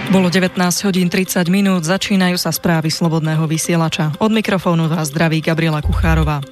Bolo 19:30, začínajú sa správy Slobodného vysielača. Od mikrofónu vás zdraví Gabriela Kuchárová.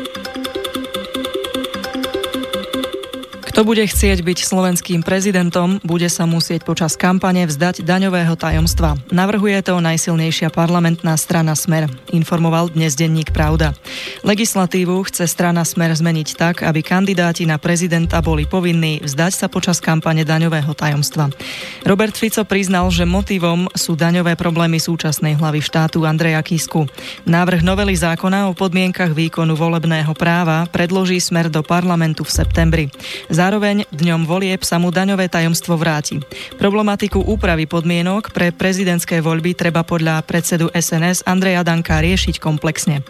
Kto bude chcieť byť slovenským prezidentom, bude sa musieť počas kampane vzdať daňového tajomstva. Navrhuje to najsilnejšia parlamentná strana Smer, informoval dnes denník Pravda. Legislatívu chce strana Smer zmeniť tak, aby kandidáti na prezidenta boli povinní vzdať sa počas kampane daňového tajomstva. Robert Fico priznal, že motivom sú daňové problémy súčasnej hlavy štátu Andreja Kisku. Návrh novely zákona o podmienkach výkonu volebného práva predloží Smer do parlamentu v septembri. Zároveň dňom volieb sa mu daňové tajomstvo vráti. Problematiku úpravy podmienok pre prezidentské voľby treba podľa predsedu SNS Andreja Danka riešiť komplexne.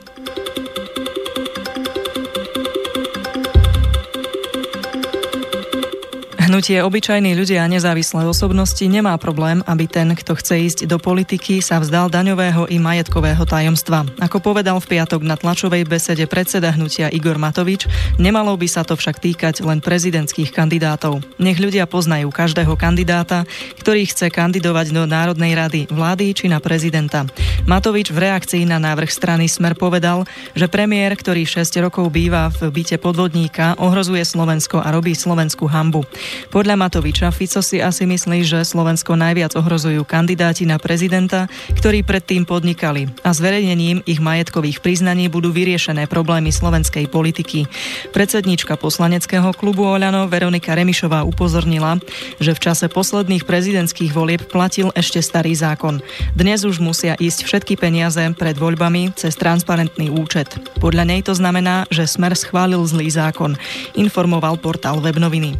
Hnutie Obyčajní ľudia a nezávislé osobnosti nemá problém, aby ten, kto chce ísť do politiky, sa vzdal daňového i majetkového tajomstva. Ako povedal v piatok na tlačovej besede predseda hnutia Igor Matovič, nemalo by sa to však týkať len prezidentských kandidátov. Nech ľudia poznajú každého kandidáta, ktorý chce kandidovať do Národnej rady, vlády či na prezidenta. Matovič v reakcii na návrh strany Smer povedal, že premiér, ktorý 6 rokov býva v byte podvodníka, ohrozuje Slovensko a robí slovenskú hanbu. Podľa Matoviča Fico si asi myslí, že Slovensko najviac ohrozujú kandidáti na prezidenta, ktorí predtým podnikali a zverejnením ich majetkových priznaní budú vyriešené problémy slovenskej politiky. Predsedníčka poslaneckého klubu Oľano Veronika Remišová upozornila, že v čase posledných prezidentských volieb platil ešte starý zákon. Dnes už musia ísť všetky peniaze pred voľbami cez transparentný účet. Podľa nej to znamená, že Smer schválil zlý zákon, informoval portál Webnoviny.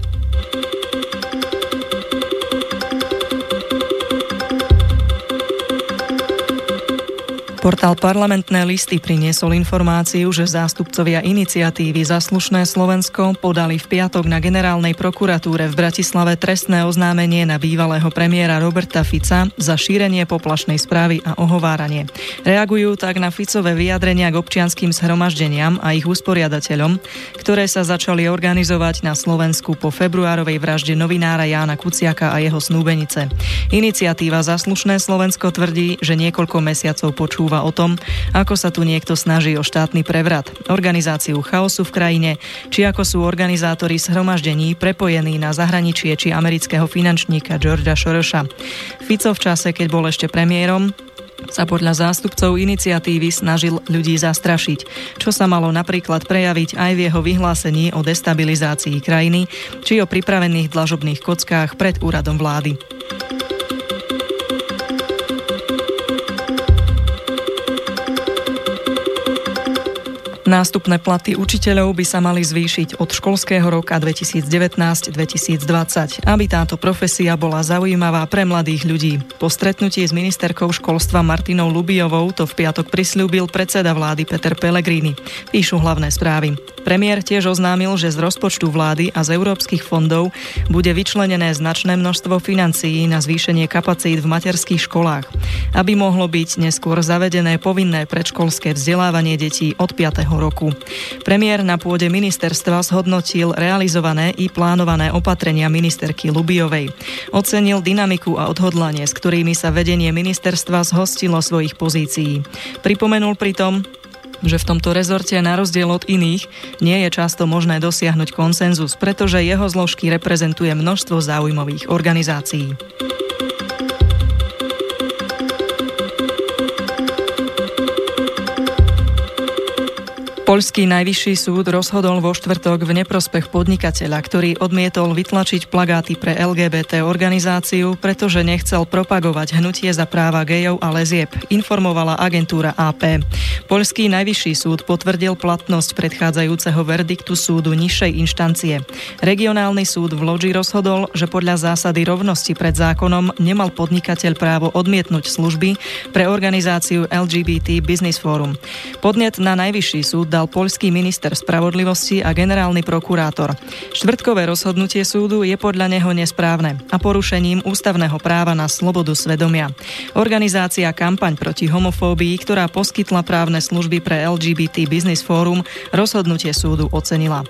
Portál Parlamentné listy priniesol informáciu, že zástupcovia iniciatívy Za slušné Slovensko podali v piatok na generálnej prokuratúre v Bratislave trestné oznámenie na bývalého premiéra Roberta Fica za šírenie poplašnej správy a ohováranie. Reagujú tak na Ficové vyjadrenia k občianskym zhromaždeniam a ich usporiadateľom, ktoré sa začali organizovať na Slovensku po februárovej vražde novinára Jána Kuciaka a jeho snúbenice. Iniciatíva Za slušné Slovensko tvrdí, že niekoľko mesiacov počúva o tom, ako sa tu niekto snaží o štátny prevrat, organizáciu chaosu v krajine, či ako sú organizátori zhromaždení prepojení na zahraničie či amerického finančníka Georgea Sorosa. Fico v čase, keď bol ešte premiérom, sa podľa zástupcov iniciatívy snažil ľudí zastrašiť, čo sa malo napríklad prejaviť aj v jeho vyhlásení o destabilizácii krajiny či o pripravených dlažobných kockách pred úradom vlády. Nástupné platy učiteľov by sa mali zvýšiť od školského roka 2019-2020, aby táto profesia bola zaujímavá pre mladých ľudí. Po stretnutí s ministerkou školstva Martinou Lubiovou to v piatok prisľúbil predseda vlády Peter Pellegrini, píšu hlavné správy. Premiér tiež oznámil, že z rozpočtu vlády a z európskych fondov bude vyčlenené značné množstvo financií na zvýšenie kapacít v materských školách, aby mohlo byť neskôr zavedené povinné predškolské vzdelávanie detí od 5. roku. Premiér na pôde ministerstva zhodnotil realizované i plánované opatrenia ministerky Lubiovej. Ocenil dynamiku a odhodlanie, s ktorými sa vedenie ministerstva zhostilo svojich pozícií. Pripomenul pritom, že v tomto rezorte na rozdiel od iných nie je často možné dosiahnuť konsenzus, pretože jeho zložky reprezentuje množstvo záujmových organizácií. Poľský najvyšší súd rozhodol vo štvrtok v neprospech podnikateľa, ktorý odmietol vytlačiť plagáty pre LGBT organizáciu, pretože nechcel propagovať hnutie za práva gejov a lezieb, informovala agentúra AP. Poľský najvyšší súd potvrdil platnosť predchádzajúceho verdiktu súdu nižšej inštancie. Regionálny súd v Lodži rozhodol, že podľa zásady rovnosti pred zákonom nemal podnikateľ právo odmietnúť služby pre organizáciu LGBT Business Forum. Podnet na najvyšší súd dal poľský minister spravodlivosti a generálny prokurátor. Štvrtkové rozhodnutie súdu je podľa neho nesprávne a porušením ústavného práva na slobodu svedomia. Organizácia Kampaň proti homofóbii, ktorá poskytla právne služby pre LGBT Business Forum, rozhodnutie súdu ocenila.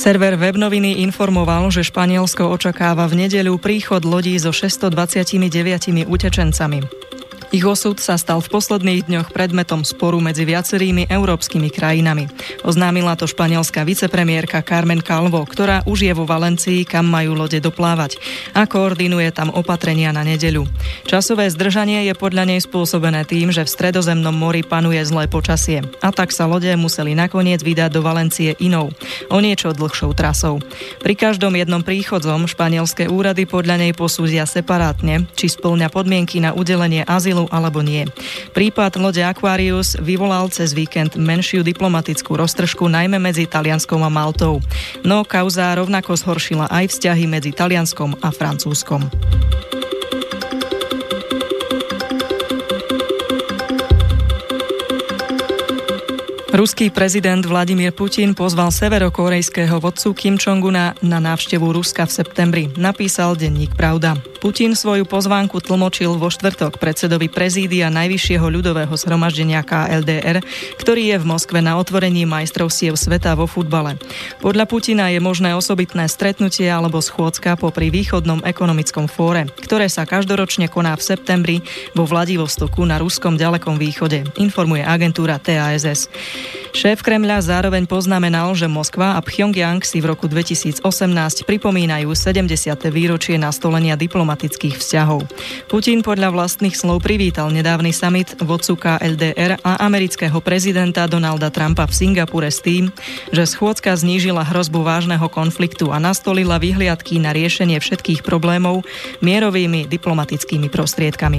Server Webnoviny informoval, že Španielsko očakáva v nedeľu príchod lodí so 629 utečencami. Ich osud sa stal v posledných dňoch predmetom sporu medzi viacerými európskymi krajinami. Oznámila to španielská vicepremiérka Carmen Calvo, ktorá už je vo Valencii, kam majú lode doplávať a koordinuje tam opatrenia na nedeľu. Časové zdržanie je podľa nej spôsobené tým, že v Stredozemnom mori panuje zlé počasie a tak sa lode museli nakoniec vydať do Valencie inou, o niečo dlhšou trasou. Pri každom jednom príchodzom španielské úrady podľa nej posúdia separátne, či spĺňa podmienky na udelenie azylu alebo nie. Prípad lode Aquarius vyvolal cez víkend menšiu diplomatickú roztržku najmä medzi Talianskom a Maltou. No kauza rovnako zhoršila aj vzťahy medzi Talianskom a Francúzskom. Ruský prezident Vladimír Putin pozval severokórejského vodcu Kim Jong-una na návštevu Ruska v septembri, napísal denník Pravda. Putin svoju pozvánku tlmočil vo štvrtok predsedovi prezídia Najvyššieho ľudového zhromaždenia KLDR, ktorý je v Moskve na otvorení majstrovstiev sveta vo futbale. Podľa Putina je možné osobitné stretnutie alebo schôdzka popri východnom ekonomickom fóre, ktoré sa každoročne koná v septembri vo Vladivostoku na ruskom ďalekom východe, informuje agentúra TASS. Šéf Kremľa zároveň poznamenal, že Moskva a Pchjongjang si v roku 2018 pripomínajú 70. výročie nastolenia diplomatických vzťahov. Putin podľa vlastných slov privítal nedávny summit vodcu KLDR a amerického prezidenta Donalda Trumpa v Singapure s tým, že schôdzka znížila hrozbu vážneho konfliktu a nastolila vyhliadky na riešenie všetkých problémov mierovými diplomatickými prostriedkami.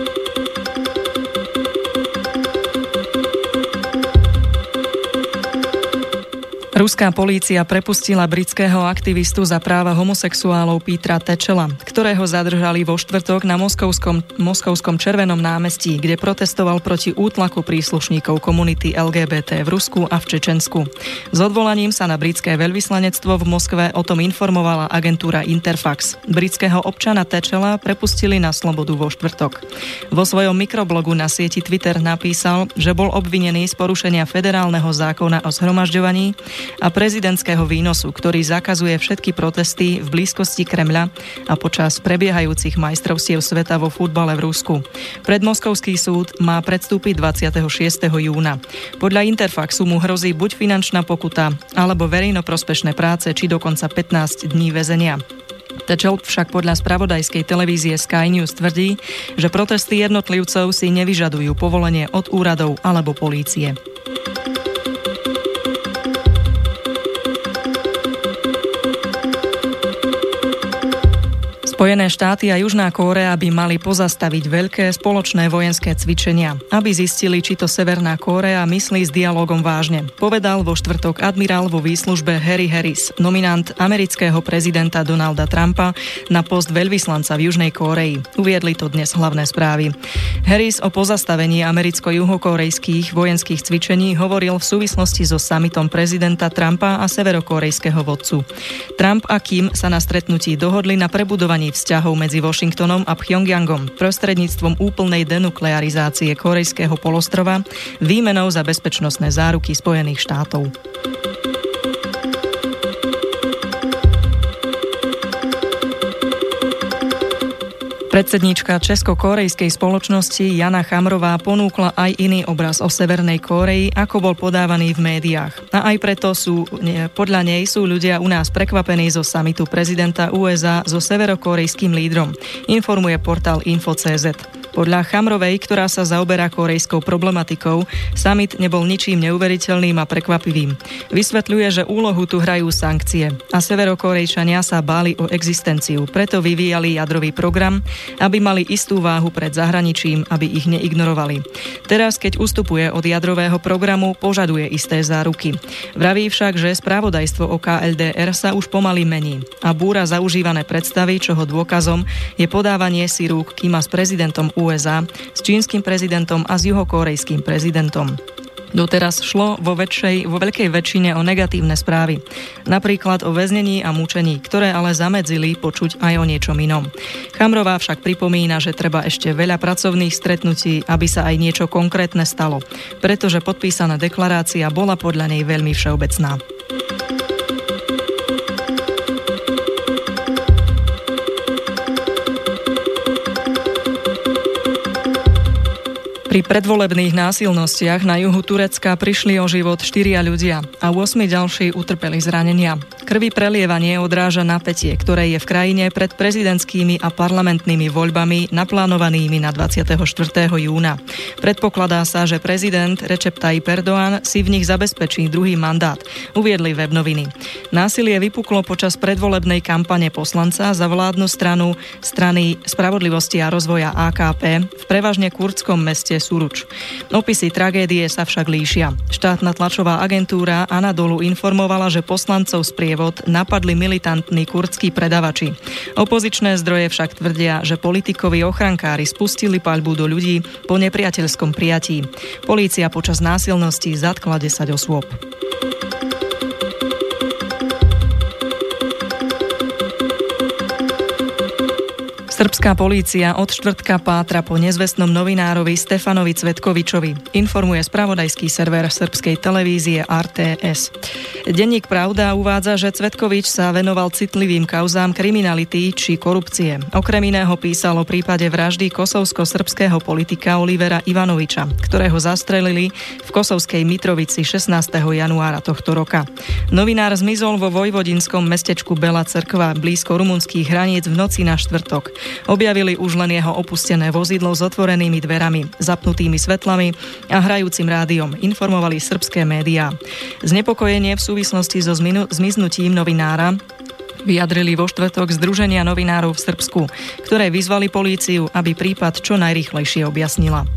Ruská polícia prepustila britského aktivistu za práva homosexuálov Petera Tatchella, ktorého zadržali vo štvrtok na moskovskom Červenom námestí, kde protestoval proti útlaku príslušníkov komunity LGBT v Rusku a v Čečensku. S odvolaním sa na britské veľvyslanectvo v Moskve o tom informovala agentúra Interfax. Britského občana Tatchella prepustili na slobodu vo štvrtok. Vo svojom mikroblogu na sieti Twitter napísal, že bol obvinený z porušenia federálneho zákona o zhromažďovaní a prezidentského výnosu, ktorý zakazuje všetky protesty v blízkosti Kremľa a počas prebiehajúcich majstrovstiev sveta vo futbale v Rusku. Pred moskovský súd má predstúpiť 26. júna. Podľa Interfaxu mu hrozí buď finančná pokuta, alebo verejnoprospešné práce, či dokonca 15 dní väzenia. Tatchell však podľa spravodajskej televízie Sky News tvrdí, že protesty jednotlivcov si nevyžadujú povolenie od úradov alebo polície. Spojené štáty a Južná Kórea by mali pozastaviť veľké spoločné vojenské cvičenia, aby zistili, či to Severná Kórea myslí s dialógom vážne, povedal vo štvrtok admirál vo výslužbe Harry Harris, nominant amerického prezidenta Donalda Trumpa na post veľvyslanca v Južnej Kórei. Uviedli to dnes hlavné správy. Harris o pozastavení americko-juhokórejských vojenských cvičení hovoril v súvislosti so summitom prezidenta Trumpa a severokórejského vodcu. Trump a Kim sa na stretnutí dohodli na prebudovaní vzťahov medzi Washingtonom a Pchjongjangom prostredníctvom úplnej denuklearizácie Kórejského polostrova výmenou za bezpečnostné záruky Spojených štátov. Predsedníčka česko-kórejskej spoločnosti Jana Chamrová ponúkla aj iný obraz o Severnej Kórei, ako bol podávaný v médiách. A aj preto podľa nej sú ľudia u nás prekvapení zo samitu prezidenta USA so severokórejským lídrom, informuje portál Info.cz. Podľa Chamrovej, ktorá sa zaoberá kórejskou problematikou, summit nebol ničím neuveriteľným a prekvapivým. Vysvetľuje, že úlohu tu hrajú sankcie a severokórejčania sa báli o existenciu, preto vyvíjali jadrový program, aby mali istú váhu pred zahraničím, aby ich neignorovali. Teraz, keď ustupuje od jadrového programu, požaduje isté záruky. Vraví však, že spravodajstvo o KLDR sa už pomaly mení a búra zaužívané predstavy, čoho dôkazom je podávanie si rúk Kima s prezidentom USA, s čínskym prezidentom a s juhokórejským prezidentom. Doteraz šlo vo veľkej väčšine o negatívne správy. Napríklad o väznení a mučení, ktoré ale zamedzili počuť aj o niečom inom. Chamrová však pripomína, že treba ešte veľa pracovných stretnutí, aby sa aj niečo konkrétne stalo, pretože podpísaná deklarácia bola podľa nej veľmi všeobecná. Pri predvolebných násilnostiach na juhu Turecka prišli o život 4 ľudia a 8 ďalší utrpeli zranenia. Krvi prelievanie odráža napätie, ktoré je v krajine pred prezidentskými a parlamentnými voľbami naplánovanými na 24. júna. Predpokladá sa, že prezident Recep Tayyip Erdoğan si v nich zabezpečí druhý mandát, uviedli web noviny. Násilie vypuklo počas predvolebnej kampane poslanca za vládnu strany Spravodlivosti a rozvoja AKP v prevažne kurdskom meste Suruč. Opisy tragédie sa však líšia. Štátna tlačová agentúra Anadolu informovala, že poslancov sprievod napadli militantní kurdskí predavači. Opozičné zdroje však tvrdia, že politikovi ochrankári spustili paľbu do ľudí po nepriateľskom prijatí. Polícia počas násilností zatkla 10 osôb. Srbská polícia od štvrtka pátra po nezvestnom novinárovi Stefanovi Cvetkovičovi, informuje spravodajský server srbskej televízie RTS. Denník Pravda uvádza, že Cvetkovič sa venoval citlivým kauzám kriminality či korupcie. Okrem iného písal o prípade vraždy kosovsko-srbského politika Olivera Ivanoviča, ktorého zastrelili v kosovskej Mitrovici 16. januára tohto roka. Novinár zmizol vo vojvodinskom mestečku Bela Crkva blízko rumunských hraníc v noci na štvrtok. Objavili už len jeho opustené vozidlo s otvorenými dverami, zapnutými svetlami a hrajúcim rádiom, informovali srbské médiá. Znepokojenie v súvislosti so zmiznutím novinára vyjadrili vo štvrtok Združenia novinárov v Srbsku, ktoré vyzvali políciu, aby prípad čo najrýchlejšie objasnila.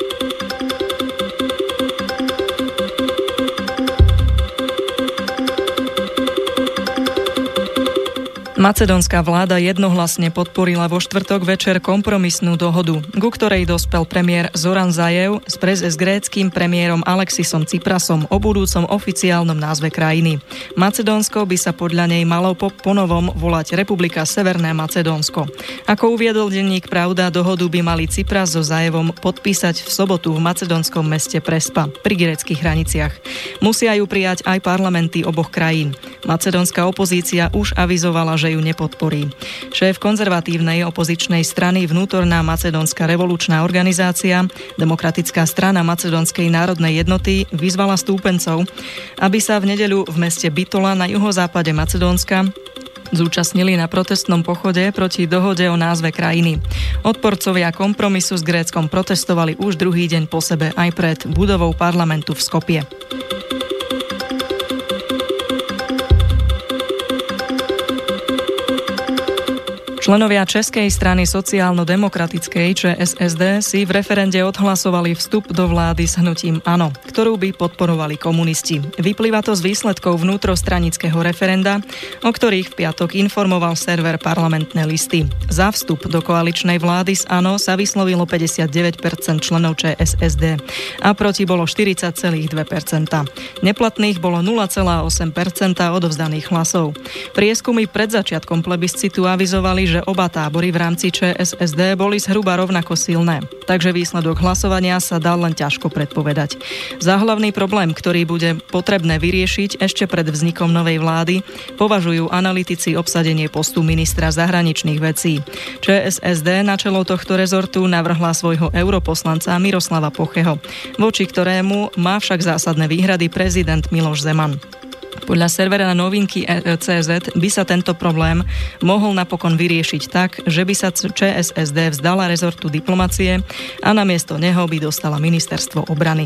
Macedónska vláda jednohlasne podporila vo štvrtok večer kompromisnú dohodu, ku ktorej dospel premiér Zoran Zaev s gréckym premiérom Alexisom Tsiprasom o budúcom oficiálnom názve krajiny. Macedónsko by sa podľa nej malo ponovom volať Republika Severné Macedónsko. Ako uviedol denník Pravda, dohodu by mali Tsipras so Zaevom podpísať v sobotu v macedónskom meste Prespa pri gréckych hraniciach. Musia ju prijať aj parlamenty oboch krajín. Macedónska opozícia už avizovala, že ju nepodporí. Šéf konzervatívnej opozičnej strany Vnútorná macedónska revolučná organizácia, Demokratická strana Macedónskej národnej jednoty, vyzvala stúpencov, aby sa v nedeľu v meste Bitola na juhozápade Macedónska zúčastnili na protestnom pochode proti dohode o názve krajiny. Odporcovia kompromisu s Gréckom protestovali už druhý deň po sebe aj pred budovou parlamentu v Skopje. Členovia Českej strany sociálno-demokratickej ČSSD si v referende odhlasovali vstup do vlády s hnutím Áno, ktorú by podporovali komunisti. Vyplýva to z výsledkov vnútrostranického referenda, o ktorých v piatok informoval server Parlamentné listy. Za vstup do koaličnej vlády s Áno sa vyslovilo 59% členov ČSSD a proti bolo 40,2%. Neplatných bolo 0,8% odovzdaných hlasov. Prieskumy pred začiatkom plebiscitu avizovali, že oba tábory v rámci ČSSD boli zhruba rovnako silné, takže výsledok hlasovania sa dal len ťažko predpovedať. Za hlavný problém, ktorý bude potrebné vyriešiť ešte pred vznikom novej vlády, považujú analytici obsadenie postu ministra zahraničných vecí. ČSSD na čelo tohto rezortu navrhla svojho europoslanca Miroslava Pocheho, voči ktorému má však zásadné výhrady prezident Miloš Zeman. Podľa servera Novinky.cz by sa tento problém mohol napokon vyriešiť tak, že by sa ČSSD vzdala rezortu diplomacie a namiesto neho by dostala ministerstvo obrany.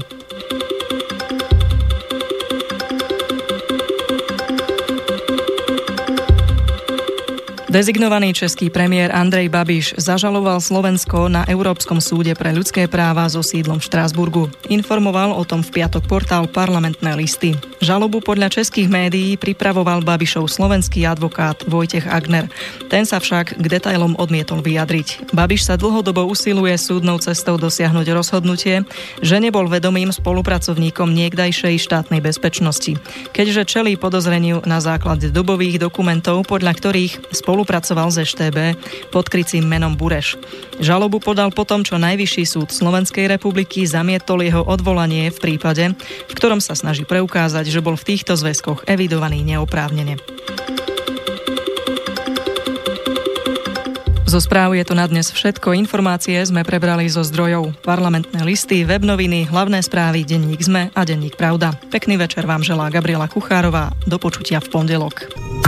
Dezignovaný český premiér Andrej Babiš zažaloval Slovensko na Európskom súde pre ľudské práva so sídlom v Štrasburgu. Informoval o tom v piatok portál Parlamentné listy. Žalobu podľa českých médií pripravoval Babišov slovenský advokát Vojtech Agner. Ten sa však k detailom odmietol vyjadriť. Babiš sa dlhodobo usiluje súdnou cestou dosiahnuť rozhodnutie, že nebol vedomým spolupracovníkom niekdajšej štátnej bezpečnosti, keďže čelí podozreniu na základe dobových dokumentov, podľa ktorých spolupracoval s EŠTB pod krycím menom Bureš. Žalobu podal potom, čo Najvyšší súd Slovenskej republiky zamietol jeho odvolanie v prípade, v ktorom sa snaží preukázať, že bol v týchto zväzkoch evidovaný neoprávnene. Zo správ je to na dnes všetko. Informácie sme prebrali zo zdrojov Parlamentné listy, web noviny, hlavné správy, denník SME a denník Pravda. Pekný večer vám želá Gabriela Kuchárová. Do počutia v pondelok.